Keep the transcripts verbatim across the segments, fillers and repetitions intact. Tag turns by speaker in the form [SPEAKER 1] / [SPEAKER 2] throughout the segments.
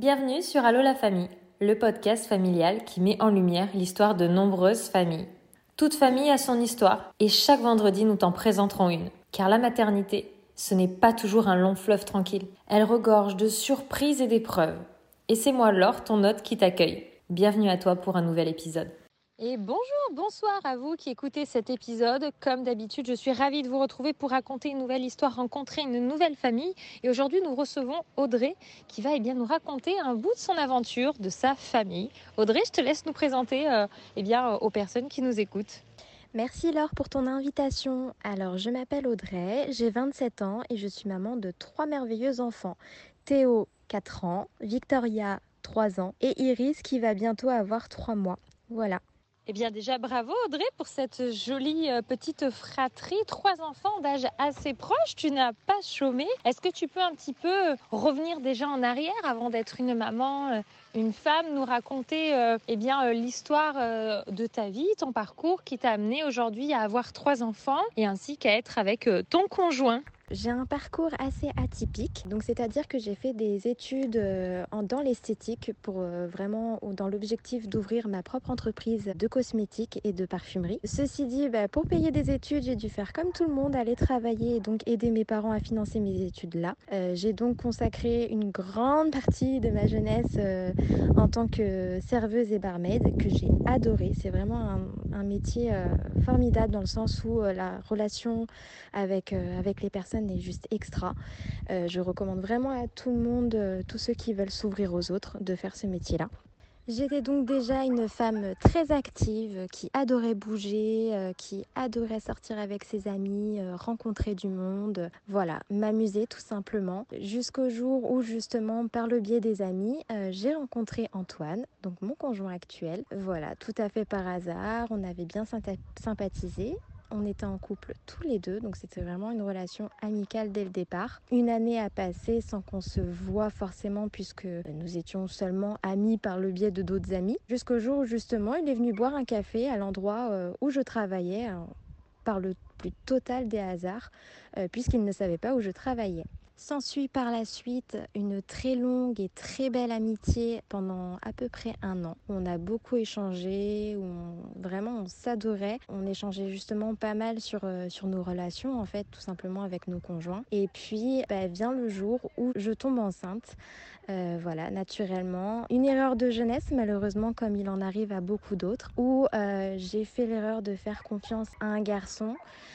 [SPEAKER 1] Bienvenue sur Allô la famille, le podcast familial qui met en lumière l'histoire de nombreuses familles. Toute famille a son histoire et chaque vendredi nous t'en présenterons une. Car la maternité, ce n'est pas toujours un long fleuve tranquille. Elle regorge de surprises et d'épreuves. Et c'est moi Laure, ton hôte, qui t'accueille. Bienvenue à toi pour un nouvel épisode. Et bonjour, bonsoir à vous qui écoutez cet épisode. Comme d'habitude, je suis ravie de vous retrouver pour raconter une nouvelle histoire, rencontrer une nouvelle famille. Et aujourd'hui, nous recevons Audrey qui va eh bien, nous raconter un bout de son aventure, de sa famille. Audrey, je te laisse nous présenter euh, eh bien, aux personnes qui nous écoutent.
[SPEAKER 2] Merci Laure pour ton invitation. Alors, je m'appelle Audrey, j'ai vingt-sept ans et je suis maman de trois merveilleux enfants. Théo, quatre ans, Victoria, trois ans et Iris qui va bientôt avoir trois mois. Voilà.
[SPEAKER 1] Eh bien déjà bravo Audrey pour cette jolie euh, petite fratrie, trois enfants d'âge assez proche, tu n'as pas chômé. Est-ce que tu peux un petit peu revenir déjà en arrière avant d'être une maman, euh, une femme, nous raconter euh, eh bien, euh, l'histoire euh, de ta vie, ton parcours qui t'a amené aujourd'hui à avoir trois enfants et ainsi qu'à être avec euh, ton conjoint?
[SPEAKER 2] J'ai un parcours assez atypique, donc c'est-à-dire que j'ai fait des études euh, en, dans l'esthétique pour euh, vraiment dans l'objectif d'ouvrir ma propre entreprise de cosmétiques et de parfumerie. Ceci dit, bah, pour payer des études, j'ai dû faire comme tout le monde, aller travailler et donc aider mes parents à financer mes études là. Euh, j'ai donc consacré une grande partie de ma jeunesse euh, en tant que serveuse et barmaid que j'ai adoré. C'est vraiment un, un métier euh, formidable dans le sens où euh, la relation avec, euh, avec les personnes est juste extra. Euh, je recommande vraiment à tout le monde, euh, tous ceux qui veulent s'ouvrir aux autres, de faire ce métier-là. J'étais donc déjà une femme très active, qui adorait bouger, euh, qui adorait sortir avec ses amis, euh, rencontrer du monde, euh, voilà, m'amuser tout simplement. Jusqu'au jour où justement, par le biais des amis, euh, j'ai rencontré Antoine, donc mon conjoint actuel. Voilà, tout à fait par hasard, on avait bien sympathisé. On était en couple tous les deux, donc c'était vraiment une relation amicale dès le départ. Une année a passé sans qu'on se voit forcément puisque nous étions seulement amis par le biais de d'autres amis. Jusqu'au jour où justement il est venu boire un café à l'endroit où je travaillais, par le plus total des hasards, puisqu'il ne savait pas où je travaillais. S'ensuit par la suite une très longue et très belle amitié pendant à peu près un an. On a beaucoup échangé, où on, vraiment on s'adorait. On échangeait justement pas mal sur, euh, sur nos relations en fait, tout simplement avec nos conjoints. Et puis bah, vient le jour où je tombe enceinte. Euh, voilà, naturellement. Une erreur de jeunesse, malheureusement, comme il en arrive à beaucoup d'autres, où euh, j'ai fait l'erreur de faire confiance à un garçon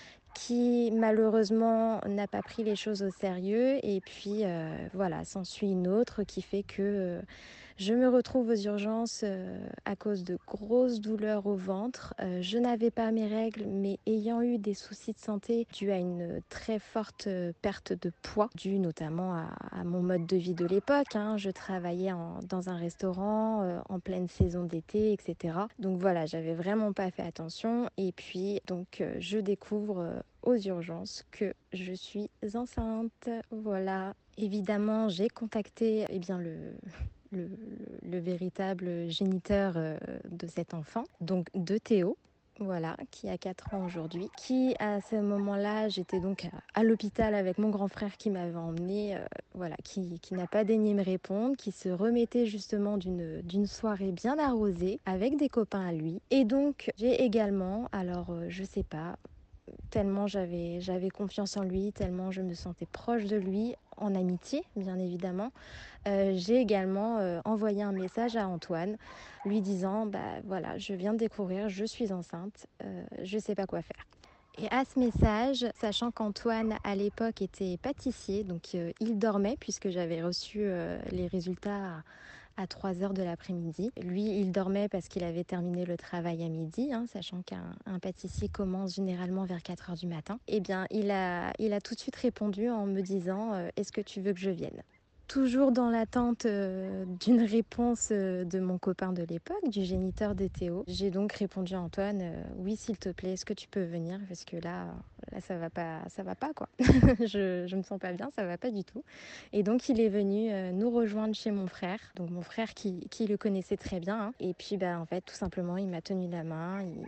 [SPEAKER 2] qui malheureusement n'a pas pris les choses au sérieux et puis euh, voilà, s'ensuit une autre qui fait que euh, je me retrouve aux urgences euh, à cause de grosses douleurs au ventre. Euh, je n'avais pas mes règles, mais ayant eu des soucis de santé dus à une très forte euh, perte de poids, due notamment à, à mon mode de vie de l'époque. Hein. Je travaillais en, dans un restaurant euh, en pleine saison d'été, et cetera. Donc voilà, j'avais vraiment pas fait attention. Et puis donc euh, je découvre euh, aux urgences que je suis enceinte. Voilà. Évidemment, j'ai contacté eh bien, le, le, le véritable géniteur euh, de cet enfant, donc de Théo. Voilà, qui a quatre ans aujourd'hui, qui à ce moment-là, j'étais donc à, à l'hôpital avec mon grand frère qui m'avait emmenée, euh, voilà, qui, qui n'a pas daigné me répondre, qui se remettait justement d'une, d'une soirée bien arrosée avec des copains à lui. Et donc, j'ai également, alors euh, je sais pas, tellement j'avais, j'avais confiance en lui, tellement je me sentais proche de lui, en amitié bien évidemment, euh, j'ai également euh, envoyé un message à Antoine lui disant bah voilà, je viens de découvrir, je suis enceinte, euh, je sais pas quoi faire. Et à ce message, sachant qu'Antoine à l'époque était pâtissier, donc euh, il dormait puisque j'avais reçu euh, les résultats à, à trois heures de l'après-midi. Lui, il dormait parce qu'il avait terminé le travail à midi, hein, sachant qu'un un pâtissier commence généralement vers quatre heures du matin. Eh bien, il a, il a tout de suite répondu en me disant euh, « Est-ce que tu veux que je vienne ?» Toujours dans l'attente euh, d'une réponse euh, de mon copain de l'époque, du géniteur de Théo. J'ai donc répondu à Antoine euh, oui s'il te plaît, est-ce que tu peux venir parce que là, là ça va pas, ça va pas quoi. je, je me sens pas bien, ça va pas du tout. Et donc il est venu euh, nous rejoindre chez mon frère, donc mon frère qui, qui le connaissait très bien. Hein. Et puis bah en fait tout simplement il m'a tenu la main. Il,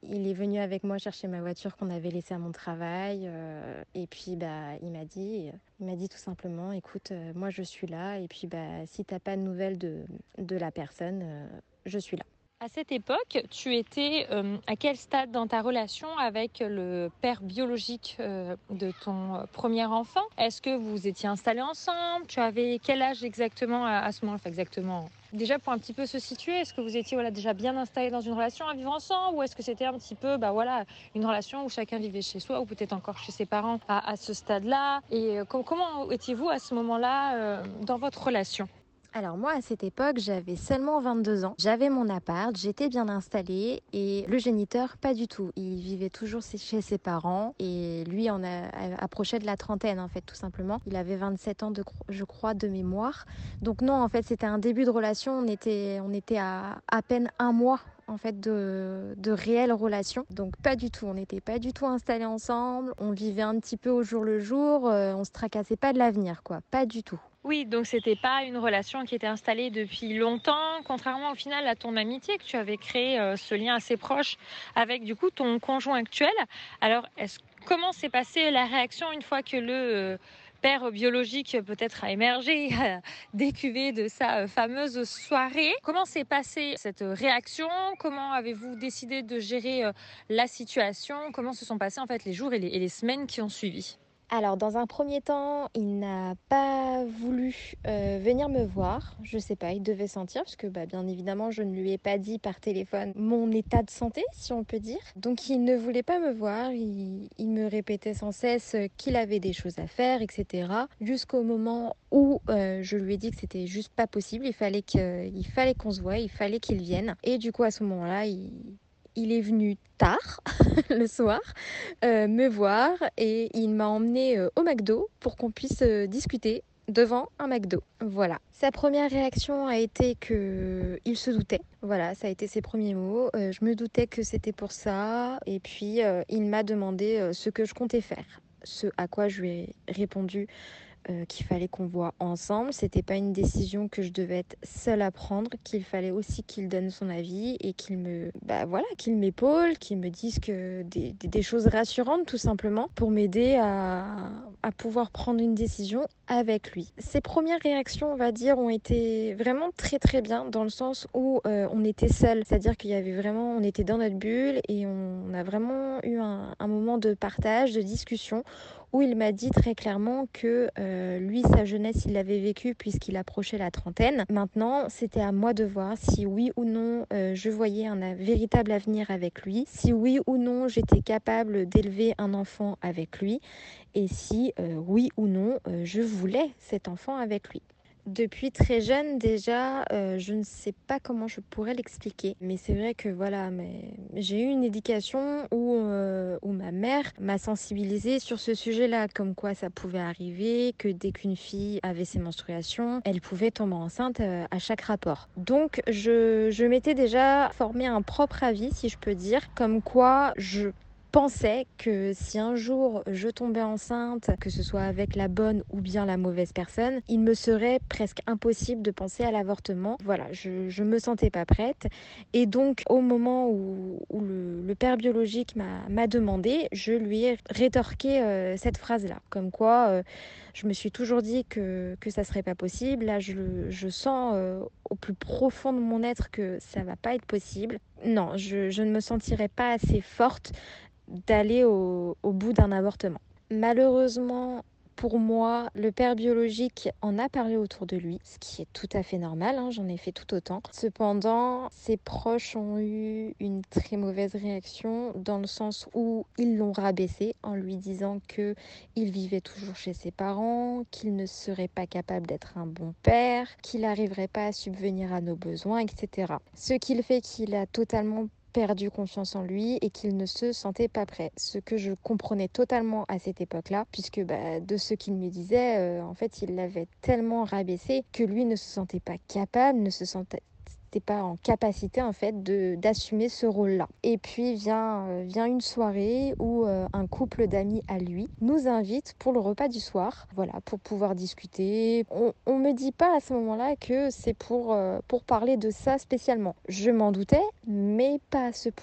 [SPEAKER 2] Il est venu avec moi chercher ma voiture qu'on avait laissée à mon travail. Euh, et puis, bah, il m'a dit, il m'a dit tout simplement, écoute, euh, moi, je suis là. Et puis, bah, si t'as pas de nouvelles de, de la personne, euh, je suis là.
[SPEAKER 1] À cette époque, tu étais euh, à quel stade dans ta relation avec le père biologique euh, de ton euh, premier enfant? Est-ce que vous étiez installés ensemble? Tu avais quel âge exactement à, à ce moment-là? Enfin, exactement. Déjà, pour un petit peu se situer, est-ce que vous étiez voilà, déjà bien installés dans une relation à vivre ensemble? Ou est-ce que c'était un petit peu bah, voilà, une relation où chacun vivait chez soi ou peut-être encore chez ses parents à, à ce stade-là? Et euh, com- comment étiez-vous à ce moment-là euh, dans votre relation?
[SPEAKER 2] Alors moi, à cette époque, j'avais seulement vingt-deux ans. J'avais mon appart, j'étais bien installée et le géniteur, pas du tout. Il vivait toujours chez ses parents et lui en a, approchait de la trentaine en fait, tout simplement. Il avait vingt-sept ans, de, je crois, de mémoire. Donc non, en fait, c'était un début de relation. On était, on était à à peine un mois en fait de, de réelles relations. Donc pas du tout, on n'était pas du tout installés ensemble. On vivait un petit peu au jour le jour. Euh, on se tracassait pas de l'avenir, quoi. Pas du tout.
[SPEAKER 1] Oui, donc c'était pas une relation qui était installée depuis longtemps, contrairement au final à ton amitié que tu avais créé euh, ce lien assez proche avec du coup ton conjoint actuel. Alors, est-ce, comment s'est passée la réaction une fois que le euh, père biologique peut-être a émergé, a décuvé de sa euh, fameuse soirée? Comment s'est passée cette réaction? Comment avez-vous décidé de gérer euh, la situation? Comment se sont passés en fait les jours et les, et les semaines qui ont suivi?
[SPEAKER 2] Alors, dans un premier temps, il n'a pas voulu euh, venir me voir. Je sais pas, il devait sentir, parce que bah, bien évidemment, je ne lui ai pas dit par téléphone mon état de santé, si on peut dire. Donc, il ne voulait pas me voir. Il, il me répétait sans cesse qu'il avait des choses à faire, et cetera. Jusqu'au moment où euh, je lui ai dit que c'était juste pas possible. Il fallait que, il fallait qu'on se voie, il fallait qu'il vienne. Et du coup, à ce moment-là, il, il est venu tard, le soir, euh, me voir et il m'a emmené euh, au McDo pour qu'on puisse euh, discuter devant un McDo. Voilà. Sa première réaction a été que il se doutait. Voilà, ça a été ses premiers mots. Euh, je me doutais que c'était pour ça. Et puis, euh, il m'a demandé euh, ce que je comptais faire. Ce à quoi je lui ai répondu euh, qu'il fallait qu'on voit ensemble. C'était pas une décision que je devais être seule à prendre, qu'il fallait aussi qu'il donne son avis et qu'il me, bah voilà, qu'il m'épaule, qu'il me dise que des, des, des choses rassurantes tout simplement pour m'aider à, à pouvoir prendre une décision avec lui. Ses premières réactions, on va dire, ont été vraiment très très bien dans le sens où euh, on était seuls, c'est-à-dire qu'il y avait vraiment, on était dans notre bulle et on a vraiment eu un, un moment de partage, de discussion où il m'a dit très clairement que euh, lui, sa jeunesse, il l'avait vécu puisqu'il approchait la trentaine. Maintenant, c'était à moi de voir si oui ou non euh, je voyais un, un véritable avenir avec lui, si oui ou non j'étais capable d'élever un enfant avec lui, et si euh, oui ou non euh, je voulais cet enfant avec lui. Depuis très jeune déjà, euh, je ne sais pas comment je pourrais l'expliquer, mais c'est vrai que voilà, mais j'ai eu une éducation où, euh, où ma mère m'a sensibilisée sur ce sujet-là, comme quoi ça pouvait arriver, que dès qu'une fille avait ses menstruations, elle pouvait tomber enceinte euh, à chaque rapport. Donc je, je m'étais déjà formé un propre avis, si je peux dire, comme quoi je pensais que si un jour je tombais enceinte, que ce soit avec la bonne ou bien la mauvaise personne, il me serait presque impossible de penser à l'avortement. Voilà, je, je me sentais pas prête. Et donc, au moment où, où le, le père biologique m'a, m'a demandé, je lui ai rétorqué euh, cette phrase-là. Comme quoi, euh, je me suis toujours dit que, que ça serait pas possible. Là, je, je sens euh, au plus profond de mon être que ça va pas être possible. Non, je, je ne me sentirais pas assez forte d'aller au, au bout d'un avortement. Malheureusement, pour moi, le père biologique en a parlé autour de lui, ce qui est tout à fait normal, hein, j'en ai fait tout autant. Cependant, ses proches ont eu une très mauvaise réaction dans le sens où ils l'ont rabaissé en lui disant que il vivait toujours chez ses parents, qu'il ne serait pas capable d'être un bon père, qu'il n'arriverait pas à subvenir à nos besoins, et cetera. Ce qui fait qu'il a totalement perdu confiance en lui et qu'il ne se sentait pas prêt. Ce que je comprenais totalement à cette époque-là, puisque bah, de ce qu'il me disait, euh, en fait, il l'avait tellement rabaissé que lui ne se sentait pas capable, ne se sentait pas en capacité en fait de d'assumer ce rôle-là. Et puis vient euh, vient une soirée où euh, un couple d'amis à lui nous invite pour le repas du soir, voilà, pour pouvoir discuter. On, on me dit pas à ce moment-là que c'est pour euh, pour parler de ça spécialement. Je m'en doutais, mais pas à ce point.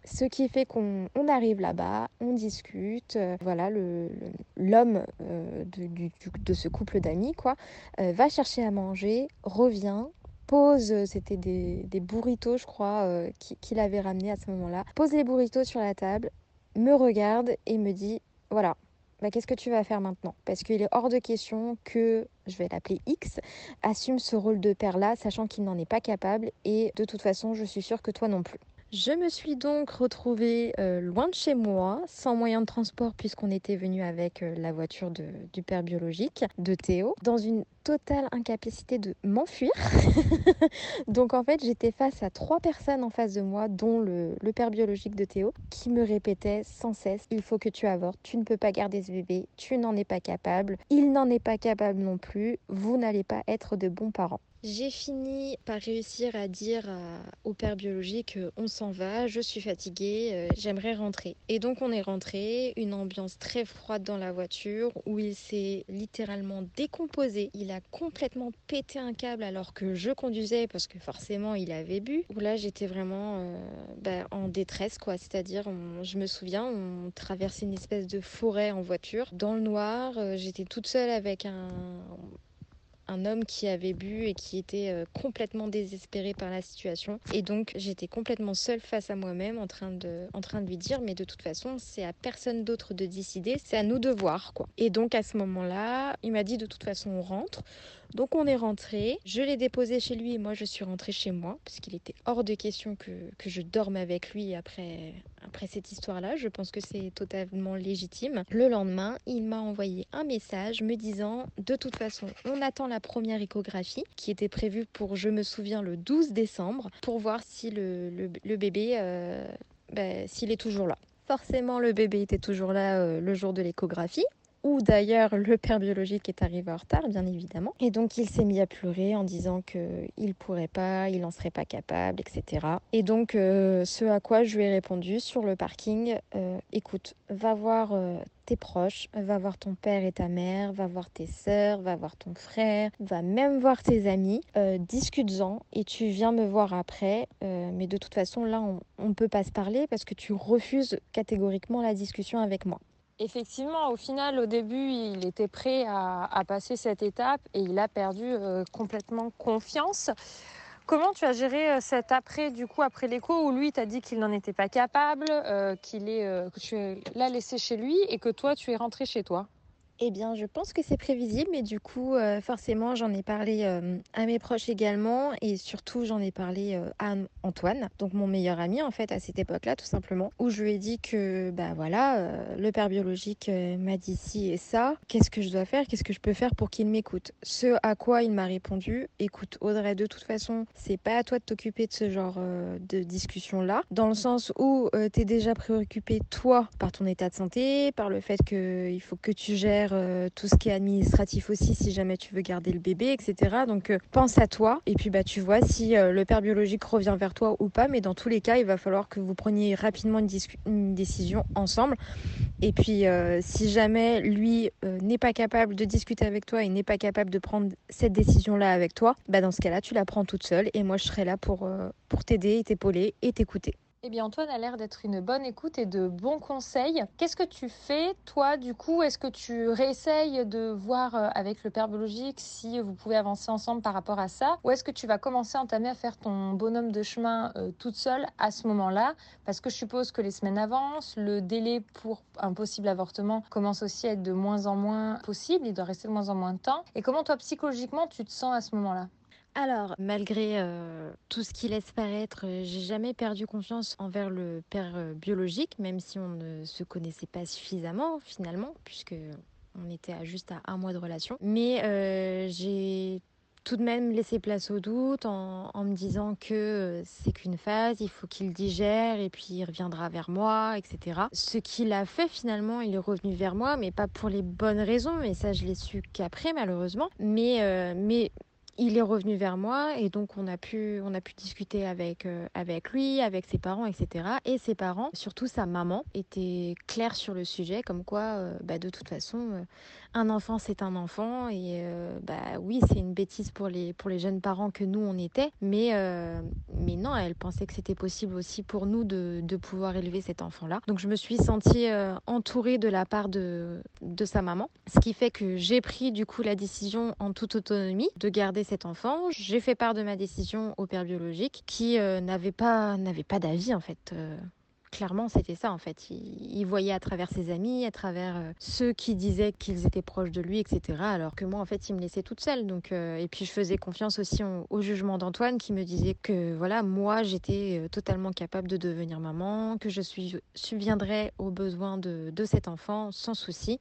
[SPEAKER 2] Ce qui fait qu'on on arrive là-bas, on discute, euh, voilà, le, le- l'homme euh, de, du- du- de ce couple d'amis, quoi, euh, va chercher à manger, revient, pose, euh, c'était des, des burritos, je crois, euh, qui- qu'il avait ramené à ce moment-là, pose les burritos sur la table, me regarde et me dit, voilà, bah, qu'est-ce que tu vas faire maintenant? Parce qu'il est hors de question que, je vais l'appeler X, assume ce rôle de père-là, sachant qu'il n'en est pas capable, et de toute façon, je suis sûre que toi non plus. Je me suis donc retrouvée euh, loin de chez moi, sans moyen de transport puisqu'on était venu avec euh, la voiture de- du père biologique de Théo, dans une totale incapacité de m'enfuir. Donc en fait, j'étais face à trois personnes en face de moi, dont le, le père biologique de Théo, qui me répétait sans cesse, il faut que tu avortes, tu ne peux pas garder ce bébé, tu n'en es pas capable, il n'en est pas capable non plus, vous n'allez pas être de bons parents. J'ai fini par réussir à dire à- au père biologique euh, on s'en va, je suis fatiguée, euh, j'aimerais rentrer. Et donc on est rentré, une ambiance très froide dans la voiture où il s'est littéralement décomposé. Il a complètement pété un câble alors que je conduisais parce que forcément il avait bu. Où là j'étais vraiment euh, bah, en détresse quoi, c'est-à-dire on- je me souviens on traversait une espèce de forêt en voiture dans le noir, euh, j'étais toute seule avec un un homme qui avait bu et qui était euh, complètement désespéré par la situation. Et donc j'étais complètement seule face à moi-même en train de, en train de lui dire mais de toute façon c'est à personne d'autre de décider, c'est à nous de voir quoi. Et donc à ce moment-là, il m'a dit de toute façon on rentre. Donc on est rentré, je l'ai déposé chez lui et moi je suis rentrée chez moi parce qu'il était hors de question que, que je dorme avec lui après, après cette histoire-là. Je pense que c'est totalement légitime. Le lendemain, il m'a envoyé un message me disant de toute façon on attend la première échographie qui était prévue pour, je me souviens, le douze décembre pour voir si le, le, le bébé, euh, bah, s'il est toujours là. Forcément, le bébé était toujours là euh, le jour de l'échographie. Ou d'ailleurs, le père biologique est arrivé en retard, bien évidemment. Et donc, il s'est mis à pleurer en disant qu'il ne pourrait pas, il n'en serait pas capable, et cetera. Et donc, euh, ce à quoi je lui ai répondu sur le parking, euh, écoute, va voir euh, tes proches, va voir ton père et ta mère, va voir tes sœurs, va voir ton frère, va même voir tes amis, euh, discute-en et tu viens me voir après. Euh, mais de toute façon, là, on ne peut pas se parler parce que tu refuses catégoriquement la discussion avec moi.
[SPEAKER 1] Effectivement, au final, au début, il était prêt à, à passer cette étape et il a perdu euh, complètement confiance. Comment tu as géré euh, cet après, du coup, après l'écho, où lui t'a dit qu'il n'en était pas capable, euh, qu'il est, euh, que tu l'as laissé chez lui et que toi, tu es rentré chez toi?
[SPEAKER 2] Eh bien, je pense que c'est prévisible, mais du coup, euh, forcément, j'en ai parlé euh, à mes proches également, et surtout, j'en ai parlé euh, à Antoine, donc mon meilleur ami, en fait, à cette époque-là, tout simplement, où je lui ai dit que, bah voilà, euh, le père biologique euh, m'a dit ci et ça, qu'est-ce que je dois faire, qu'est-ce que je peux faire pour qu'il m'écoute? Ce à quoi il m'a répondu, écoute, Audrey, de toute façon, c'est pas à toi de t'occuper de ce genre euh, de discussion-là, dans le sens où euh, t'es déjà préoccupé, toi, par ton état de santé, par le fait qu'il faut que tu gères euh, tout ce qui est administratif aussi si jamais tu veux garder le bébé, et cetera. Donc euh, pense à toi et puis bah tu vois si euh, le père biologique revient vers toi ou pas, mais dans tous les cas, il va falloir que vous preniez rapidement une, discu- une décision ensemble. Et puis euh, si jamais lui euh, n'est pas capable de discuter avec toi et n'est pas capable de prendre cette décision-là avec toi, bah dans ce cas-là, tu la prends toute seule et moi je serai là pour, euh, pour t'aider et t'épauler et t'écouter.
[SPEAKER 1] Eh bien, Antoine a l'air d'être une bonne écoute et de bons conseils. Qu'est-ce que tu fais, toi, du coup? Est-ce que tu réessayes de voir euh, avec le père biologique si vous pouvez avancer ensemble par rapport à ça? Ou est-ce que tu vas commencer à entamer à faire ton bonhomme de chemin euh, toute seule à ce moment-là? Parce que je suppose que les semaines avancent, le délai pour un possible avortement commence aussi à être de moins en moins possible, il doit rester de moins en moins de temps. Et comment, toi, psychologiquement, tu te sens à ce moment-là?
[SPEAKER 2] Alors, malgré euh, tout ce qui laisse paraître, euh, j'ai jamais perdu confiance envers le père euh, biologique, même si on ne se connaissait pas suffisamment finalement, puisque on était à juste à un mois de relation. Mais euh, j'ai tout de même laissé place au doute en, en me disant que euh, c'est qu'une phase, il faut qu'il digère et puis il reviendra vers moi, et cetera. Ce qu'il a fait finalement, il est revenu vers moi, mais pas pour les bonnes raisons, mais ça je l'ai su qu'après malheureusement. Mais, euh, mais Il est revenu vers moi et donc on a pu, on a pu discuter avec, euh, avec lui, avec ses parents, et cetera. Et ses parents, surtout sa maman, étaient clairs sur le sujet, comme quoi, euh, bah, de toute façon, euh, un enfant c'est un enfant et euh, bah oui, c'est une bêtise pour les, pour les jeunes parents que nous on était, mais, euh, mais non, elle pensait que c'était possible aussi pour nous de, de pouvoir élever cet enfant-là. Donc je me suis sentie euh, entourée de la part de, de sa maman, ce qui fait que j'ai pris du coup la décision en toute autonomie de garder cet enfant. J'ai fait part de ma décision au père biologique qui euh, n'avait pas, n'avait pas d'avis en fait. Euh, Clairement, c'était ça en fait. Il, il voyait à travers ses amis, à travers euh, ceux qui disaient qu'ils étaient proches de lui, et cetera. Alors que moi, en fait, il me laissait toute seule. Donc, euh, et puis, je faisais confiance aussi au, au jugement d'Antoine qui me disait que voilà, moi, j'étais euh, totalement capable de devenir maman, que je suis, subviendrais aux besoins de, de cet enfant sans souci.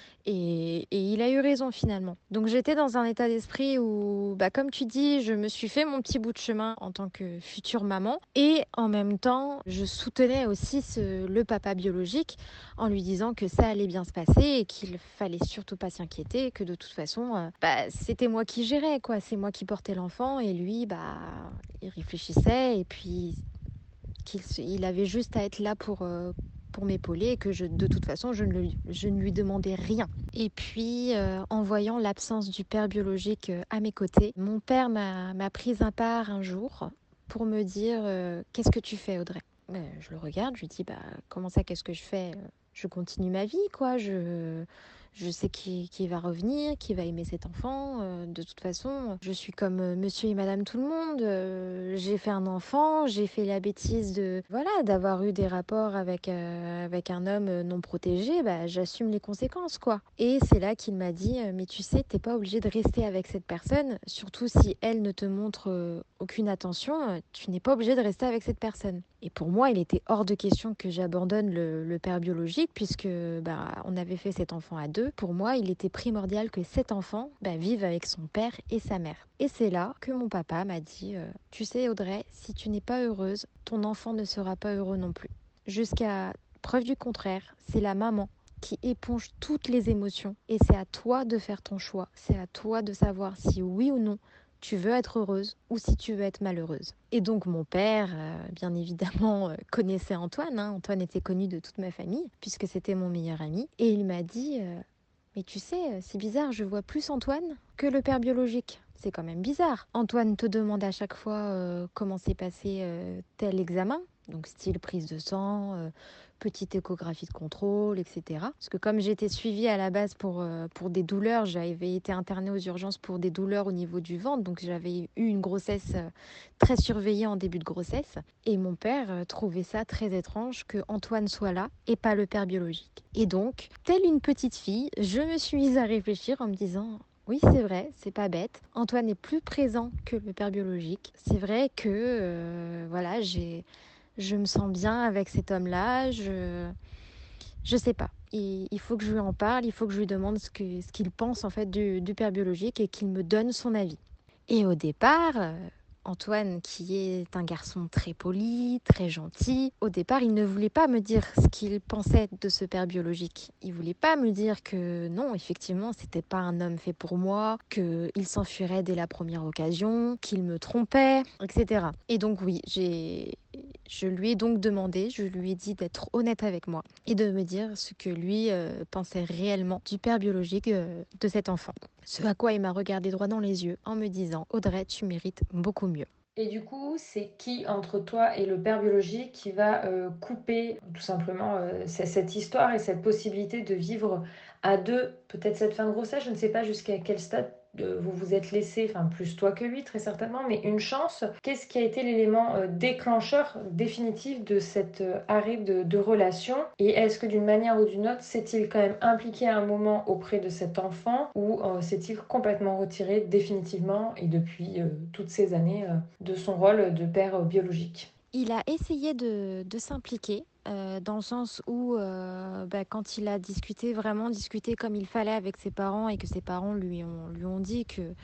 [SPEAKER 2] Et, et il a eu raison finalement. Donc j'étais dans un état d'esprit où, bah, comme tu dis, je me suis fait mon petit bout de chemin en tant que future maman. Et en même temps, je soutenais aussi ce, le papa biologique en lui disant que ça allait bien se passer et qu'il fallait surtout pas s'inquiéter, que de toute façon, euh, bah, c'était moi qui gérais, quoi. C'est moi qui portais l'enfant et lui, bah, il réfléchissait et puis qu'il il avait juste à être là pour... Euh, pour m'épauler et que je, de toute façon, je ne, lui, je ne lui demandais rien. Et puis, euh, en voyant l'absence du père biologique euh, à mes côtés, mon père m'a, m'a prise à part un jour pour me dire euh, « Qu'est-ce que tu fais, Audrey ?» euh, Je le regarde, je lui dis bah, « Comment ça, qu'est-ce que je fais ?» Je continue ma vie, quoi. Je, je sais qui, qui va revenir, qui va aimer cet enfant. Euh, de toute façon, je suis comme euh, monsieur et madame tout le monde. Euh, j'ai fait un enfant, j'ai fait la bêtise de voilà d'avoir eu des rapports avec, euh, avec un homme non protégé. Bah, j'assume les conséquences, quoi. Et c'est là qu'il m'a dit euh, mais tu sais, t'es pas obligé de rester avec cette personne, surtout si elle ne te montre euh, aucune attention. Euh, tu n'es pas obligé de rester avec cette personne. Et pour moi, il était hors de question que j'abandonne le, le père biologique puisque bah, on avait fait cet enfant à deux. Pour moi, il était primordial que cet enfant bah, vive avec son père et sa mère. Et c'est là que mon papa m'a dit euh, « Tu sais Audrey, si tu n'es pas heureuse, ton enfant ne sera pas heureux non plus. » Jusqu'à preuve du contraire, c'est la maman qui éponge toutes les émotions et c'est à toi de faire ton choix. C'est à toi de savoir si oui ou non tu veux être heureuse ou si tu veux être malheureuse. Et donc mon père, euh, bien évidemment, euh, connaissait Antoine. Hein. Antoine était connu de toute ma famille, puisque c'était mon meilleur ami. Et il m'a dit, euh, mais tu sais, c'est bizarre, je vois plus Antoine que le père biologique. C'est quand même bizarre. Antoine te demande à chaque fois euh, comment s'est passé euh, tel examen, donc style prise de sang, euh, petite échographie de contrôle, et cetera. Parce que comme j'étais suivie à la base pour, euh, pour des douleurs, j'avais été internée aux urgences pour des douleurs au niveau du ventre, donc j'avais eu une grossesse euh, très surveillée en début de grossesse. Et mon père euh, trouvait ça très étrange que Antoine soit là et pas le père biologique. Et donc, telle une petite fille, je me suis mise à réfléchir en me disant... Oui, c'est vrai, c'est pas bête. Antoine est plus présent que le père biologique. C'est vrai que, euh, voilà, j'ai... Je me sens bien avec cet homme-là, je je sais pas. Il, il faut que je lui en parle, il faut que je lui demande ce que ce qu'il pense en fait du, du père biologique et qu'il me donne son avis. Et au départ, euh, Antoine, qui est un garçon très poli, très gentil, au départ, il ne voulait pas me dire ce qu'il pensait de ce père biologique. Il voulait pas me dire que non, effectivement, c'était pas un homme fait pour moi, qu'il s'enfuirait dès la première occasion, qu'il me trompait, et cetera. Et donc oui, j'ai je lui ai donc demandé, je lui ai dit d'être honnête avec moi et de me dire ce que lui euh, pensait réellement du père biologique euh, de cet enfant. Ce à quoi il m'a regardé droit dans les yeux en me disant « Audrey, tu mérites beaucoup mieux ».
[SPEAKER 1] Et du coup, c'est qui entre toi et le père biologique qui va euh, couper tout simplement euh, c- cette histoire et cette possibilité de vivre à deux, peut-être cette fin de grossesse, je ne sais pas jusqu'à quel stade euh, vous vous êtes laissé, enfin plus toi que lui très certainement, mais une chance. Qu'est-ce qui a été l'élément euh, déclencheur définitif de cet euh, arrêt de, de relation? Et est-ce que d'une manière ou d'une autre, s'est-il quand même impliqué à un moment auprès de cet enfant ou euh, s'est-il complètement retiré définitivement et depuis euh, toutes ces années euh, de son rôle de père euh, biologique?
[SPEAKER 2] Il a essayé de, de s'impliquer, euh, dans le sens où, euh, bah, quand il a discuté, vraiment discuté comme il fallait avec ses parents et que ses parents lui ont, lui ont dit que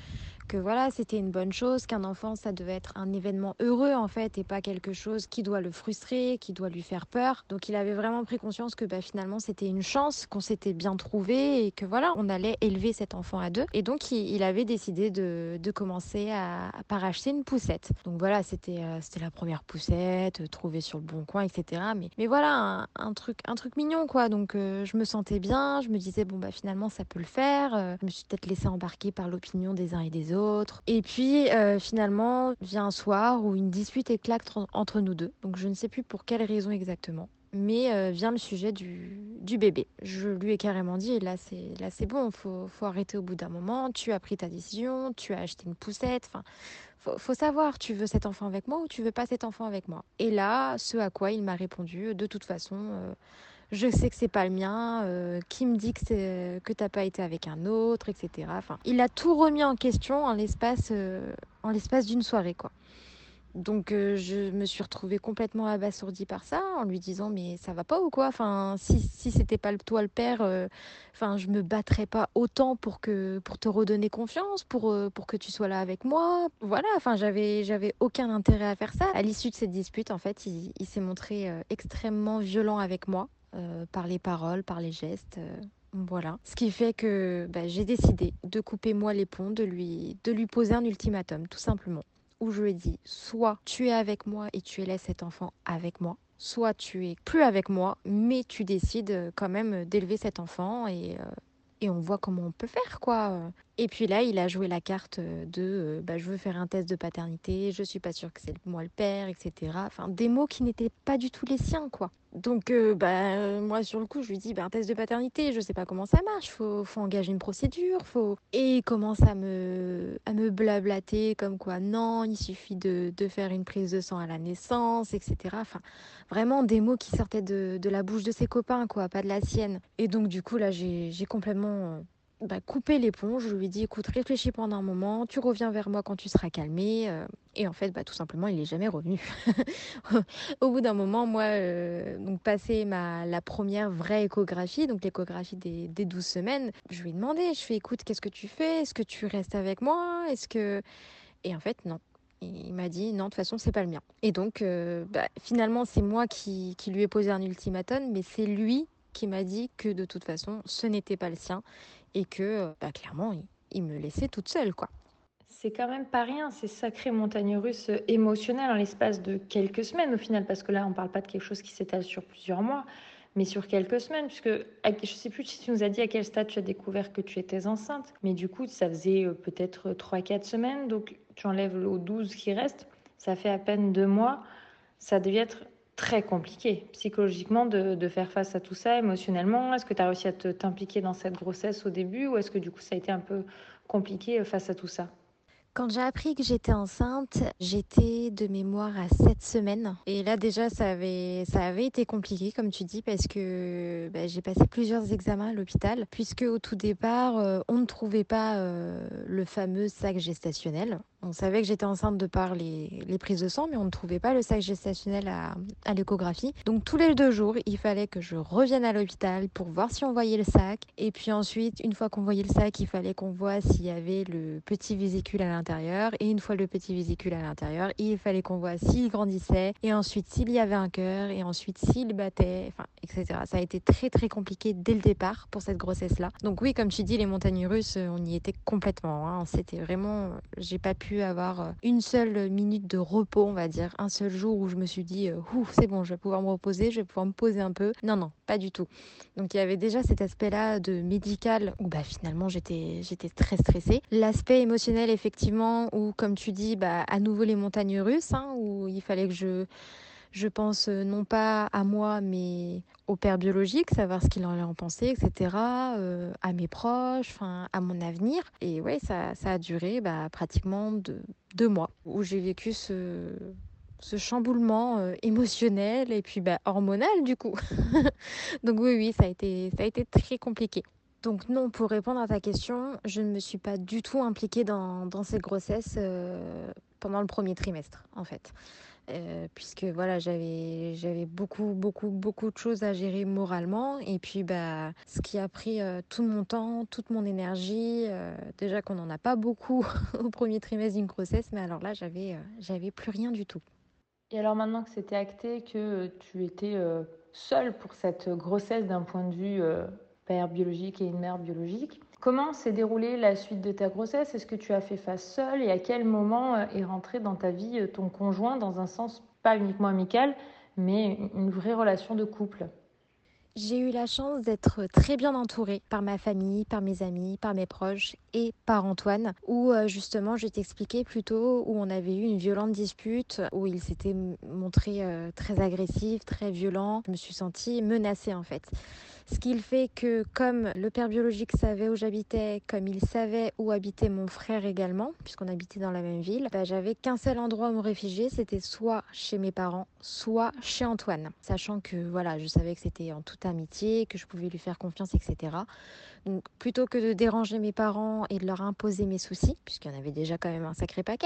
[SPEAKER 2] que voilà, c'était une bonne chose, qu'un enfant, ça devait être un événement heureux en fait, et pas quelque chose qui doit le frustrer, qui doit lui faire peur. Donc il avait vraiment pris conscience que bah, finalement c'était une chance, qu'on s'était bien trouvé et que voilà, on allait élever cet enfant à deux. Et donc il, il avait décidé de, de commencer à, à par acheter une poussette. Donc voilà, c'était euh, c'était la première poussette, euh, trouvée sur le bon coin, et cetera. Mais, mais voilà, un, un truc, un truc mignon quoi. Donc euh, je me sentais bien, je me disais bon bah finalement ça peut le faire. Euh, je me suis peut-être laissée embarquer par l'opinion des uns et des autres. Et puis euh, finalement vient un soir où une dispute éclate entre, entre nous deux. Donc je ne sais plus pour quelle raison exactement. Mais euh, vient le sujet du, du bébé. Je lui ai carrément dit, là c'est là c'est bon, faut, faut arrêter au bout d'un moment. Tu as pris ta décision, tu as acheté une poussette. Enfin, faut, faut savoir, tu veux cet enfant avec moi ou tu veux pas cet enfant avec moi. Et là, ce à quoi il m'a répondu, de toute façon, euh, je sais que c'est pas le mien. Euh, qui me dit que c'est que t'as pas été avec un autre, et cetera. Enfin, il a tout remis en question en l'espace euh, en l'espace d'une soirée, quoi. Donc euh, je me suis retrouvée complètement abasourdie par ça, en lui disant mais ça va pas ou quoi? Enfin, si, si c'était pas le- toi le père, euh, enfin je me battrais pas autant pour que pour te redonner confiance, pour euh, pour que tu sois là avec moi. Voilà, enfin j'avais j'avais aucun intérêt à faire ça. À l'issue de cette dispute, en fait, il, il s'est montré euh, extrêmement violent avec moi, euh, par les paroles, par les gestes. euh, Voilà. Ce qui fait que bah, j'ai décidé de couper moi les ponts, de lui, de lui poser un ultimatum, tout simplement où je lui ai dit soit tu es avec moi et tu laisses cet enfant avec moi, soit tu es plus avec moi, mais tu décides euh, quand même d'élever cet enfant et, euh, et on voit comment on peut faire, quoi. Et puis là, il a joué la carte euh, de euh, bah, je veux faire un test de paternité, je suis pas sûre que c'est moi le père, et cetera. Enfin, des mots qui n'étaient pas du tout les siens, quoi. Donc, euh, bah, euh, moi, sur le coup, je lui dis bah, un test de paternité, je sais pas comment ça marche, faut, faut engager une procédure, faut. Et il commence à me, à me blablater comme quoi, non, il suffit de, de faire une prise de sang à la naissance, et cetera. Enfin, vraiment des mots qui sortaient de, de la bouche de ses copains, quoi, pas de la sienne. Et donc, du coup, là, j'ai, j'ai complètement euh, bah, coupé l'éponge. Je lui ai dit, écoute, réfléchis pendant un moment, tu reviens vers moi quand tu seras calmé. euh, et en fait, bah, tout simplement, il est jamais revenu. Au bout d'un moment, moi, euh, donc passé ma, la première vraie échographie, donc l'échographie des, des douze semaines, je lui ai demandé, je fais, écoute, qu'est-ce que tu fais? Est-ce que tu restes avec moi? Est-ce que... Et en fait, non. Il m'a dit, non, de toute façon, c'est pas le mien. Et donc, euh, bah, finalement, c'est moi qui, qui lui ai posé un ultimatum, mais c'est lui qui m'a dit que de toute façon, ce n'était pas le sien et que, euh, bah, clairement, il, il me laissait toute seule, quoi.
[SPEAKER 1] C'est quand même pas rien, ces sacrées montagnes russes euh, émotionnelles en l'espace de quelques semaines au final, parce que là, on parle pas de quelque chose qui s'étale sur plusieurs mois, mais sur quelques semaines, puisque à- je sais plus si tu nous as dit à quel stade tu as découvert que tu étais enceinte, mais du coup, ça faisait euh, peut-être trois quatre semaines, donc tu enlèves aux douze qui restent, ça fait à peine deux mois, ça devait être très compliqué psychologiquement de, de faire face à tout ça émotionnellement. Est-ce que tu as réussi à te t'impliquer dans cette grossesse au début ou est-ce que du coup ça a été un peu compliqué euh, face à tout ça?
[SPEAKER 2] Quand j'ai appris que j'étais enceinte, j'étais de mémoire à sept semaines. Et là déjà, ça avait, ça avait été compliqué, comme tu dis, parce que bah, j'ai passé plusieurs examens à l'hôpital, puisque au tout départ, euh, on ne trouvait pas euh, le fameux sac gestationnel. On savait que j'étais enceinte de par les, les prises de sang, mais on ne trouvait pas le sac gestationnel à, à l'échographie. Donc tous les deux jours, il fallait que je revienne à l'hôpital pour voir si on voyait le sac. Et puis ensuite, une fois qu'on voyait le sac, il fallait qu'on voit s'il y avait le petit vésicule à l'intérieur. Et une fois le petit vésicule à l'intérieur, il fallait qu'on voit s'il grandissait. Et ensuite, s'il y avait un cœur. Et ensuite, s'il battait. Enfin, et cetera. Ça a été très très compliqué dès le départ pour cette grossesse-là. Donc oui, comme tu dis, les montagnes russes, on y était complètement. Hein. C'était vraiment... J'ai pas pu avoir une seule minute de repos, on va dire, un seul jour où je me suis dit, euh, ouf, c'est bon, je vais pouvoir me reposer, je vais pouvoir me poser un peu. Non, non, pas du tout. Donc il y avait déjà cet aspect-là de médical où bah, finalement j'étais, j'étais très stressée. L'aspect émotionnel, effectivement, où comme tu dis, bah, à nouveau les montagnes russes, hein, où il fallait que je... Je pense euh, non pas à moi, mais au père biologique, savoir ce qu'il en allait en penser, et cetera. Euh, à mes proches, enfin, à mon avenir. Et ouais, ça, ça a duré bah, pratiquement deux, deux mois où j'ai vécu ce, ce chamboulement euh, émotionnel et puis bah, hormonal du coup. Donc oui, oui, ça a été, ça a été très compliqué. Donc non, pour répondre à ta question, je ne me suis pas du tout impliquée dans, dans cette grossesse. euh, pendant le premier trimestre en fait. Euh, puisque voilà, j'avais j'avais beaucoup beaucoup beaucoup de choses à gérer moralement et puis bah ce qui a pris euh, tout mon temps, toute mon énergie, euh, déjà qu'on n'en a pas beaucoup au premier trimestre d'une grossesse, mais alors là j'avais euh, j'avais plus rien du tout.
[SPEAKER 1] Et alors maintenant que c'était acté que tu étais euh, seule pour cette grossesse d'un point de vue euh, père biologique et une mère biologique, comment s'est déroulée la suite de ta grossesse? Est-ce que tu as fait face seule et à quel moment euh, est rentré dans ta vie euh, ton conjoint dans un sens pas uniquement amical, mais une vraie relation de couple?
[SPEAKER 2] J'ai eu la chance d'être très bien entourée par ma famille, par mes amis, par mes proches et par Antoine, où euh, justement, je t'expliquais plus tôt, où on avait eu une violente dispute, où il s'était m- montré euh, très agressif, très violent. Je me suis sentie menacée en fait. Ce qui fait que comme le père biologique savait où j'habitais, comme il savait où habitait mon frère également, puisqu'on habitait dans la même ville, bah, j'avais qu'un seul endroit où me réfugier, c'était soit chez mes parents, soit chez Antoine. Sachant que voilà, je savais que c'était en toute amitié, que je pouvais lui faire confiance, et cetera. Donc plutôt que de déranger mes parents et de leur imposer mes soucis, puisqu'il y en avait déjà quand même un sacré paquet,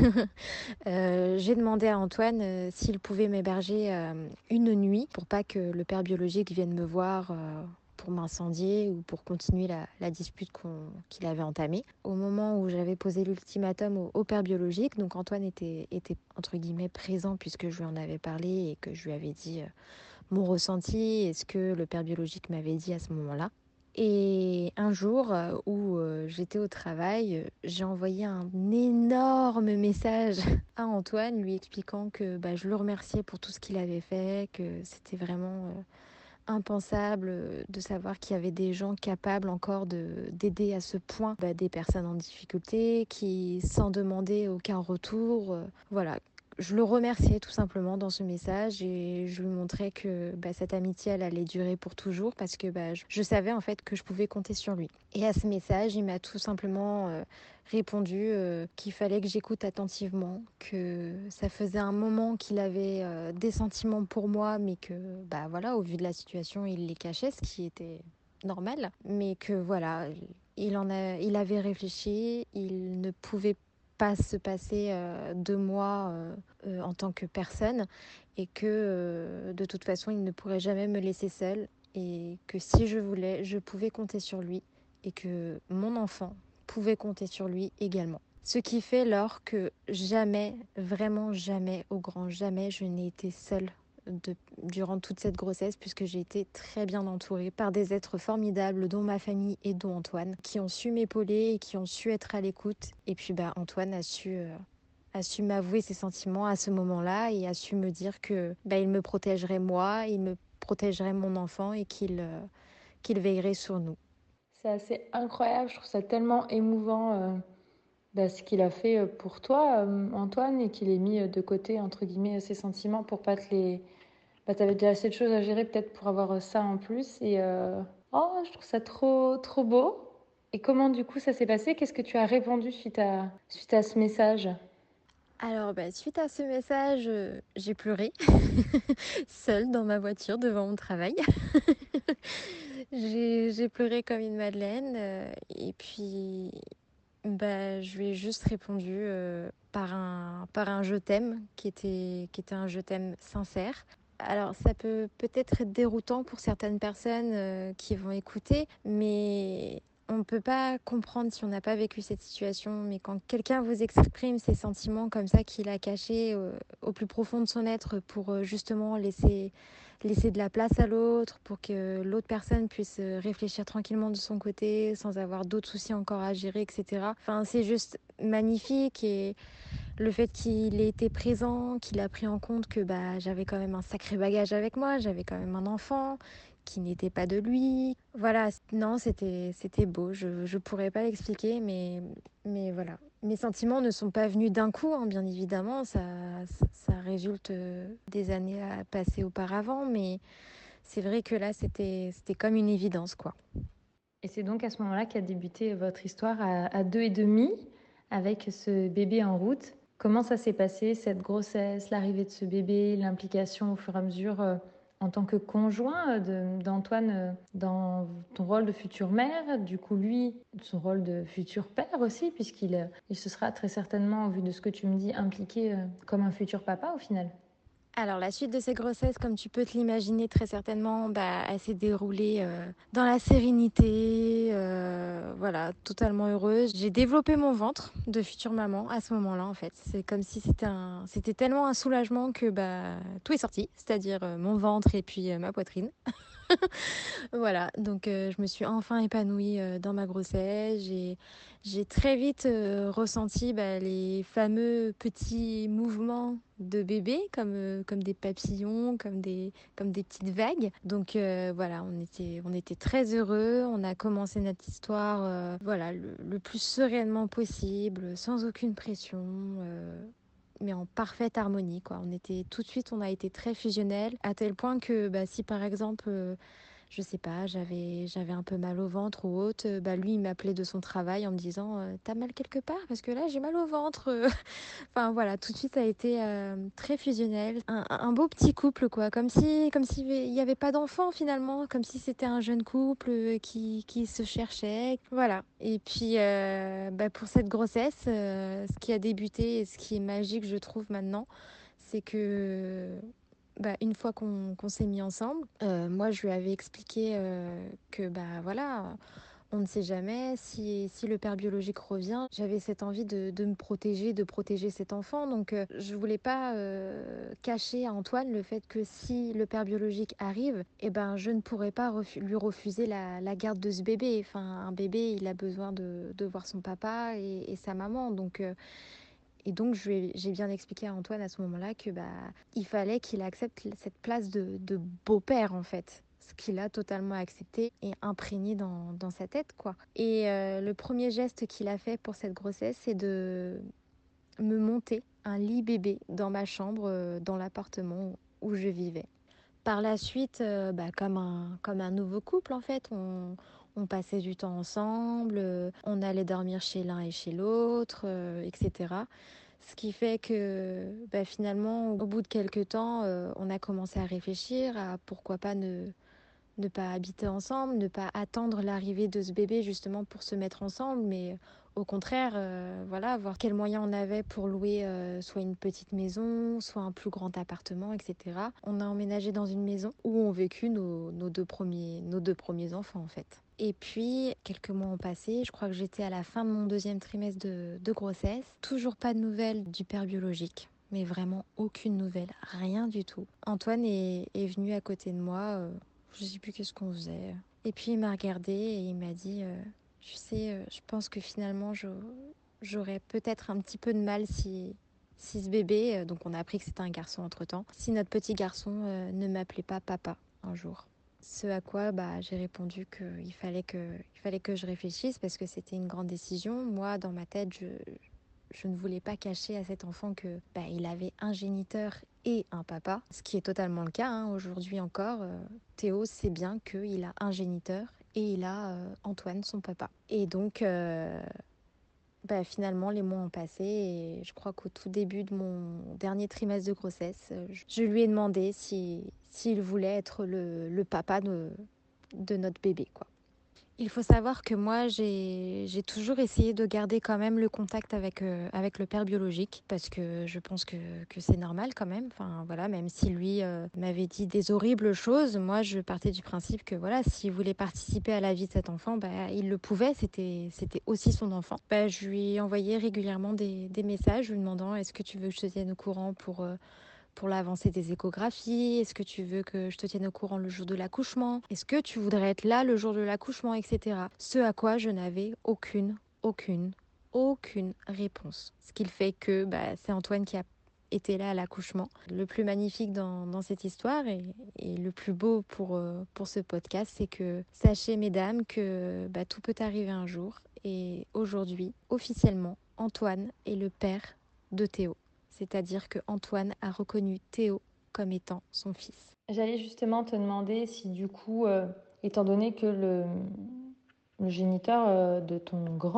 [SPEAKER 2] euh, j'ai demandé à Antoine euh, s'il pouvait m'héberger euh, une nuit pour pas que le père biologique vienne me voir euh, pour m'incendier ou pour continuer la, la dispute qu'on, qu'il avait entamée. Au moment où j'avais posé l'ultimatum au, au père biologique, donc Antoine était, était entre guillemets présent puisque je lui en avais parlé et que je lui avais dit euh, mon ressenti et ce que le père biologique m'avait dit à ce moment-là. Et un jour euh, où euh, j'étais au travail, euh, j'ai envoyé un énorme message à Antoine lui expliquant que bah, je le remerciais pour tout ce qu'il avait fait, que c'était vraiment euh, impensable euh, de savoir qu'il y avait des gens capables encore de, d'aider à ce point bah, des personnes en difficulté qui, sans demander aucun retour, euh, voilà. Je le remerciais tout simplement dans ce message et je lui montrais que bah, cette amitié elle allait durer pour toujours parce que bah, je, je savais en fait que je pouvais compter sur lui. Et à ce message, il m'a tout simplement euh, répondu euh, qu'il fallait que j'écoute attentivement, que ça faisait un moment qu'il avait euh, des sentiments pour moi, mais que bah voilà, au vu de la situation, il les cachait, ce qui était normal, mais que voilà, il en a, il avait réfléchi, il ne pouvait pas se passer euh, de moi euh, euh, en tant que personne et que euh, de toute façon il ne pourrait jamais me laisser seule et que si je voulais je pouvais compter sur lui et que mon enfant pouvait compter sur lui également. Ce qui fait lors que jamais, vraiment jamais, au grand jamais, je n'ai été seule de, durant toute cette grossesse puisque j'ai été très bien entourée par des êtres formidables dont ma famille et dont Antoine qui ont su m'épauler et qui ont su être à l'écoute et puis bah Antoine a su euh, a su m'avouer ses sentiments à ce moment-là et a su me dire que bah, il me protégerait moi, il me protégerait mon enfant et qu'il euh, qu'il veillerait sur nous.
[SPEAKER 1] C'est assez incroyable, je trouve ça tellement émouvant euh, bah, ce qu'il a fait euh, pour toi, euh, Antoine, et qu'il ait mis euh, de côté, entre guillemets, ses sentiments pour pas te les... Bah, t'avais déjà assez de choses à gérer peut-être pour avoir euh, ça en plus. Et euh, oh, je trouve ça trop, trop beau. Et comment du coup ça s'est passé? Qu'est-ce que tu as répondu suite à, suite à ce message?
[SPEAKER 2] Alors, bah, suite à ce message, euh, j'ai pleuré, seule dans ma voiture devant mon travail. j'ai, j'ai pleuré comme une madeleine. euh, et puis, bah, je lui ai juste répondu euh, par un, par un je t'aime, qui était, qui était un je t'aime sincère. Alors, ça peut peut-être être déroutant pour certaines personnes euh, qui vont écouter, mais on ne peut pas comprendre si on n'a pas vécu cette situation. Mais quand quelqu'un vous exprime ses sentiments comme ça, qu'il a cachés euh, au plus profond de son être pour euh, justement laisser, laisser de la place à l'autre, pour que l'autre personne puisse euh, réfléchir tranquillement de son côté, sans avoir d'autres soucis encore à gérer, et cetera. Enfin, c'est juste magnifique et le fait qu'il ait été présent, qu'il a pris en compte que bah, j'avais quand même un sacré bagage avec moi, j'avais quand même un enfant qui n'était pas de lui. Voilà, non, c'était c'était beau, je ne pourrais pas l'expliquer, mais, mais voilà. Mes sentiments ne sont pas venus d'un coup, hein, bien évidemment, ça, ça, ça résulte euh, des années à passer auparavant, mais c'est vrai que là, c'était c'était comme une évidence, quoi.
[SPEAKER 1] Et c'est donc à ce moment-là qu'a débuté votre histoire à, à deux et demi avec ce bébé en route. Comment ça s'est passé, cette grossesse, l'arrivée de ce bébé, l'implication au fur et à mesure euh, en tant que conjoint de, d'Antoine dans ton rôle de future mère, du coup lui, son rôle de futur père aussi, puisqu'il il se sera très certainement, au vu de ce que tu me dis, impliqué comme un futur papa au final.
[SPEAKER 2] Alors la suite de cette grossesse, comme tu peux te l'imaginer très certainement, bah, elle s'est déroulée euh, dans la sérénité, euh, voilà, totalement heureuse. J'ai développé mon ventre de future maman à ce moment-là en fait. C'est comme si c'était un, c'était tellement un soulagement que bah tout est sorti, c'est-à-dire euh, mon ventre et puis euh, ma poitrine. Voilà, donc euh, je me suis enfin épanouie euh, dans ma grossesse. J'ai, j'ai très vite euh, ressenti bah, les fameux petits mouvements de bébé, comme, euh, comme des papillons, comme des, comme des petites vagues. Donc euh, voilà, on était, on était très heureux. On a commencé notre histoire euh, voilà, le, le plus sereinement possible, sans aucune pression. Euh, mais en parfaite harmonie, quoi. On était tout de suite, on a été très fusionnels, à tel point que bah, si par exemple euh, je sais pas, j'avais j'avais un peu mal au ventre ou autre, euh, bah lui il m'appelait de son travail en me disant euh, t'as mal quelque part parce que là j'ai mal au ventre. Enfin voilà, tout de suite ça a été euh, très fusionnel, un, un beau petit couple quoi, comme si comme s'il y avait pas d'enfant finalement, comme si c'était un jeune couple euh, qui qui se cherchait, voilà. Et puis euh, bah, pour cette grossesse, euh, ce qui a débuté et ce qui est magique je trouve maintenant, c'est que bah, une fois qu'on qu'on s'est mis ensemble, euh, moi je lui avais expliqué euh, que bah voilà, on ne sait jamais si, si le père biologique revient. J'avais cette envie de, de me protéger, de protéger cet enfant. Donc euh, je voulais pas euh, cacher à Antoine le fait que si le père biologique arrive, eh ben je ne pourrais pas refu- lui refuser la, la garde de ce bébé. Enfin, un bébé, il a besoin de, de voir son papa et, et sa maman. Donc euh, et donc, je lui ai- j'ai bien expliqué à Antoine à ce moment-là que bah, il fallait qu'il accepte cette place de, de beau-père, en fait. Ce qu'il a totalement accepté et imprégné dans, dans sa tête, quoi. Et euh, le premier geste qu'il a fait pour cette grossesse, c'est de me monter un lit bébé dans ma chambre, euh, dans l'appartement où je vivais. Par la suite, euh, bah, comme un, comme un nouveau couple, en fait, on, on passait du temps ensemble, euh, on allait dormir chez l'un et chez l'autre, euh, et cetera. Ce qui fait que bah, finalement, au bout de quelques temps, euh, on a commencé à réfléchir à pourquoi pas ne, ne pas habiter ensemble, ne pas attendre l'arrivée de ce bébé justement pour se mettre ensemble, mais au contraire, euh, voilà, voir quels moyens on avait pour louer euh, soit une petite maison, soit un plus grand appartement, et cetera. On a emménagé dans une maison où ont vécu nos, nos, deux, premiers, nos deux premiers enfants en fait. Et puis, quelques mois ont passé, je crois que j'étais à la fin de mon deuxième trimestre de, de grossesse. Toujours pas de nouvelles du père biologique, mais vraiment aucune nouvelle, rien du tout. Antoine est, est venu à côté de moi, euh, je sais plus qu'est-ce qu'on faisait. Et puis il m'a regardé et il m'a dit, euh, tu sais, euh, je pense que finalement je- j'aurais peut-être un petit peu de mal si, si ce bébé, euh, donc on a appris que c'était un garçon entre-temps, si notre petit garçon euh, ne m'appelait pas papa un jour. Ce à quoi bah, j'ai répondu qu'il fallait que, il fallait que je réfléchisse parce que c'était une grande décision. Moi, dans ma tête, je, je ne voulais pas cacher à cet enfant que bah, il avait un géniteur et un papa, ce qui est totalement le cas hein, aujourd'hui encore. Euh, Théo sait bien qu'il a un géniteur et il a euh, Antoine, son papa. Et donc, euh, bah, finalement, les mois ont passé et je crois qu'au tout début de mon dernier trimestre de grossesse, euh, je, je lui ai demandé si, s'il voulait être le, le papa de, de notre bébé, quoi. Il faut savoir que moi, j'ai j'ai toujours essayé de garder quand même le contact avec, euh, avec le père biologique parce que je pense que, que c'est normal quand même. Enfin, voilà, même si lui euh, m'avait dit des horribles choses, moi, je partais du principe que voilà, s'il voulait participer à la vie de cet enfant, bah, il le pouvait, c'était c'était aussi son enfant. Bah, je lui envoyais régulièrement des, des messages lui demandant est-ce que tu veux que je te tienne au courant pour... euh, pour l'avancée des échographies? Est-ce que tu veux que je te tienne au courant le jour de l'accouchement? Est-ce que tu voudrais être là le jour de l'accouchement, et cetera. Ce à quoi je n'avais aucune, aucune, aucune réponse. Ce qui fait que bah, c'est Antoine qui a été là à l'accouchement. Le plus magnifique dans, dans cette histoire et, et le plus beau pour, euh, pour ce podcast, c'est que sachez, mesdames, que bah, tout peut arriver un jour. Et aujourd'hui, officiellement, Antoine est le père de Théo. C'est-à-dire que Antoine a reconnu Théo comme étant son fils.
[SPEAKER 1] J'allais justement te demander si du coup, euh, étant donné que le, le géniteur euh, de ton grand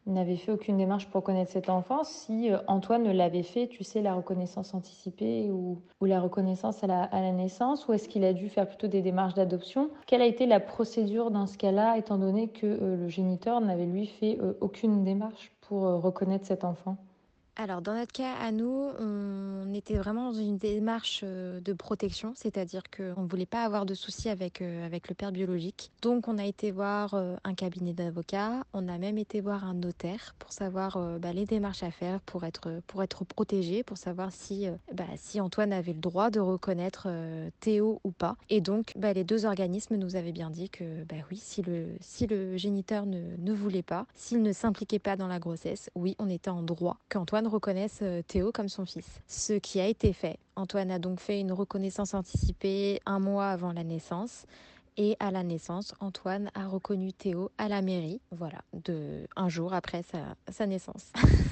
[SPEAKER 1] n'avait fait aucune démarche pour connaître cet enfant, si euh, Antoine l'avait fait, tu sais, la reconnaissance anticipée ou, ou la reconnaissance à la, à la naissance, ou est-ce qu'il a dû faire plutôt des démarches d'adoption? Quelle a été la procédure dans ce cas-là, étant donné que euh, le géniteur n'avait lui fait euh, aucune démarche pour euh, reconnaître cet enfant?
[SPEAKER 2] Alors, dans notre cas, à nous, on était vraiment dans une démarche euh, de protection, c'est-à-dire qu'on ne voulait pas avoir de soucis avec, euh, avec le père biologique. Donc, on a été voir euh, un cabinet d'avocats, on a même été voir un notaire pour savoir euh, bah, les démarches à faire pour être, pour être protégé, pour savoir si, euh, bah, si Antoine avait le droit de reconnaître euh, Théo ou pas. Et donc, bah, les deux organismes nous avaient bien dit que bah, oui, si le, si le géniteur ne, ne voulait pas, s'il ne s'impliquait pas dans la grossesse, oui, on était en droit qu'Antoine reconnaisse Théo comme son fils. Ce qui a été fait. Antoine a donc fait une reconnaissance anticipée un mois avant la naissance. Et à la naissance, Antoine a reconnu Théo à la mairie, voilà, de un jour après sa, sa naissance.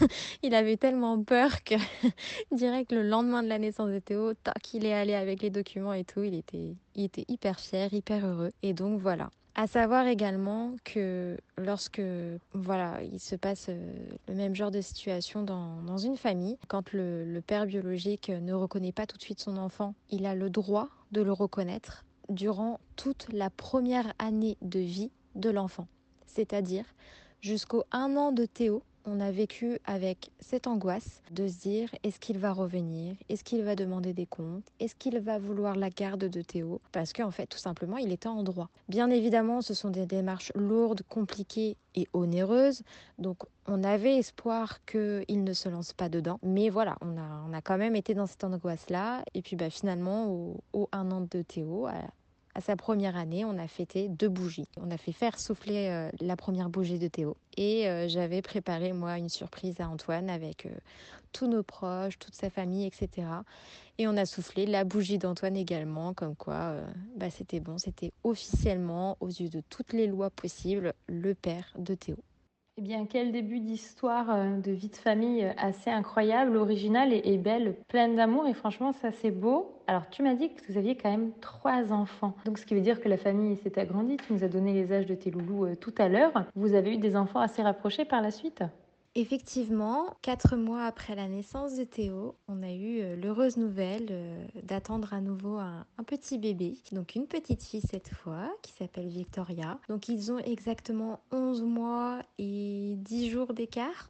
[SPEAKER 2] Il avait tellement peur que direct le lendemain de la naissance de Théo, tac, il est allé avec les documents et tout. Il était, il était hyper fier, hyper heureux. Et donc voilà. À savoir également que lorsque voilà, il se passe euh, le même genre de situation dans, dans une famille, quand le, le père biologique ne reconnaît pas tout de suite son enfant, il a le droit de le reconnaître durant toute la première année de vie de l'enfant. C'est-à-dire jusqu'au un an de Théo, on a vécu avec cette angoisse de se dire est-ce qu'il va revenir, est-ce qu'il va demander des comptes, est-ce qu'il va vouloir la garde de Théo, parce qu'en fait tout simplement il était en droit. Bien évidemment ce sont des démarches lourdes, compliquées et onéreuses, donc on avait espoir qu'il ne se lance pas dedans, mais voilà, on a, on a quand même été dans cette angoisse-là, et puis bah, finalement au, au un an de Théo, à, à sa première année, on a fêté deux bougies. On a fait faire souffler euh, la première bougie de Théo. Et euh, j'avais préparé, moi, une surprise à Antoine avec euh, tous nos proches, toute sa famille, et cetera. Et on a soufflé la bougie d'Antoine également, comme quoi euh, bah, c'était bon, c'était officiellement, aux yeux de toutes les lois possibles, le père de Théo.
[SPEAKER 1] Eh bien, quel début d'histoire euh, de vie de famille euh, assez incroyable, originale et, et belle, pleine d'amour. Et franchement, ça, c'est beau. Alors, tu m'as dit que vous aviez quand même trois enfants. Donc, ce qui veut dire que la famille s'est agrandie. Tu nous as donné les âges de tes loulous euh, tout à l'heure. Vous avez eu des enfants assez rapprochés par la suite?
[SPEAKER 2] Effectivement, quatre mois après la naissance de Théo, on a eu euh, l'heureuse nouvelle euh, d'attendre à nouveau un, un petit bébé, donc une petite fille cette fois, qui s'appelle Victoria. Donc ils ont exactement onze mois et dix jours d'écart,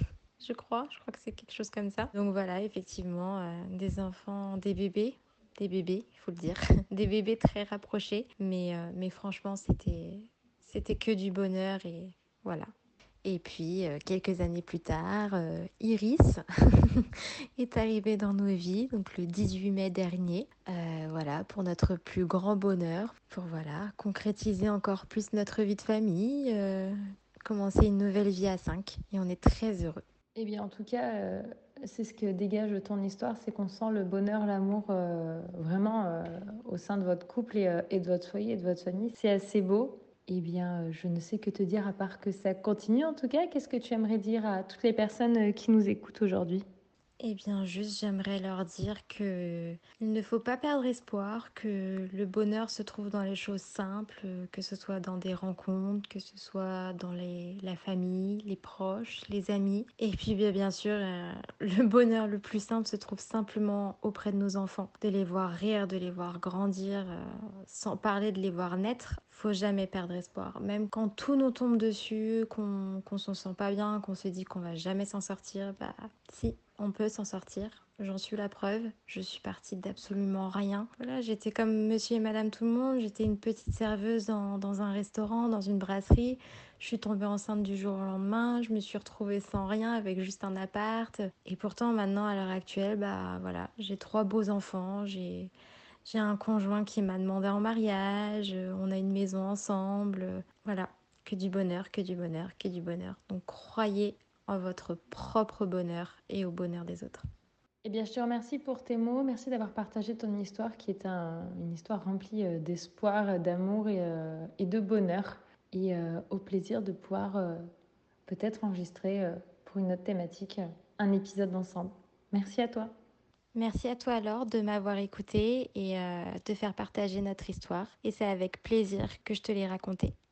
[SPEAKER 2] je crois. Je crois que c'est quelque chose comme ça. Donc voilà, effectivement, euh, des enfants, des bébés. Des bébés, il faut le dire. Des bébés très rapprochés. Mais, euh, mais franchement, c'était, c'était que du bonheur et voilà. Et puis, euh, quelques années plus tard, euh, Iris est arrivée dans nos vies, donc le dix-huit mai dernier, euh, voilà, pour notre plus grand bonheur, pour voilà, concrétiser encore plus notre vie de famille, euh, commencer une nouvelle vie à cinq, et on est très heureux.
[SPEAKER 1] Eh bien, en tout cas, euh, c'est ce que dégage ton histoire, c'est qu'on sent le bonheur, l'amour euh, vraiment euh, au sein de votre couple et, euh, et de votre foyer et de votre famille. C'est assez beau. Eh bien, euh, je ne sais que te dire à part que ça continue en tout cas. Qu'est-ce que tu aimerais dire à toutes les personnes euh, qui nous écoutent aujourd'hui?
[SPEAKER 2] Eh bien, juste, j'aimerais leur dire que il ne faut pas perdre espoir, que le bonheur se trouve dans les choses simples, que ce soit dans des rencontres, que ce soit dans les, la famille, les proches, les amis. Et puis, bien, bien sûr, euh, le bonheur le plus simple se trouve simplement auprès de nos enfants. De les voir rire, de les voir grandir, euh, sans parler de les voir naître. Faut jamais perdre espoir. Même quand tout nous tombe dessus, qu'on qu'on s'en sent pas bien, qu'on se dit qu'on va jamais s'en sortir, bah si, on peut s'en sortir. J'en suis la preuve. Je suis partie d'absolument rien. Voilà, j'étais comme monsieur et madame tout le monde. J'étais une petite serveuse dans, dans un restaurant, dans une brasserie. Je suis tombée enceinte du jour au lendemain. Je me suis retrouvée sans rien, avec juste un appart. Et pourtant, maintenant, à l'heure actuelle, bah voilà, j'ai trois beaux enfants. J'ai j'ai un conjoint qui m'a demandé en mariage. On a une maison ensemble. Voilà, que du bonheur, que du bonheur, que du bonheur. Donc croyez en votre propre bonheur et au bonheur des autres.
[SPEAKER 1] Eh bien, je te remercie pour tes mots. Merci d'avoir partagé ton histoire qui est un- une histoire remplie euh, d'espoir, euh, d'amour et, euh, et de bonheur. Et euh, au plaisir de pouvoir euh, peut-être enregistrer euh, pour une autre thématique euh, un épisode ensemble. Merci à toi.
[SPEAKER 2] Merci à toi alors de m'avoir écouté et euh, de faire partager notre histoire. Et c'est avec plaisir que je te l'ai racontée.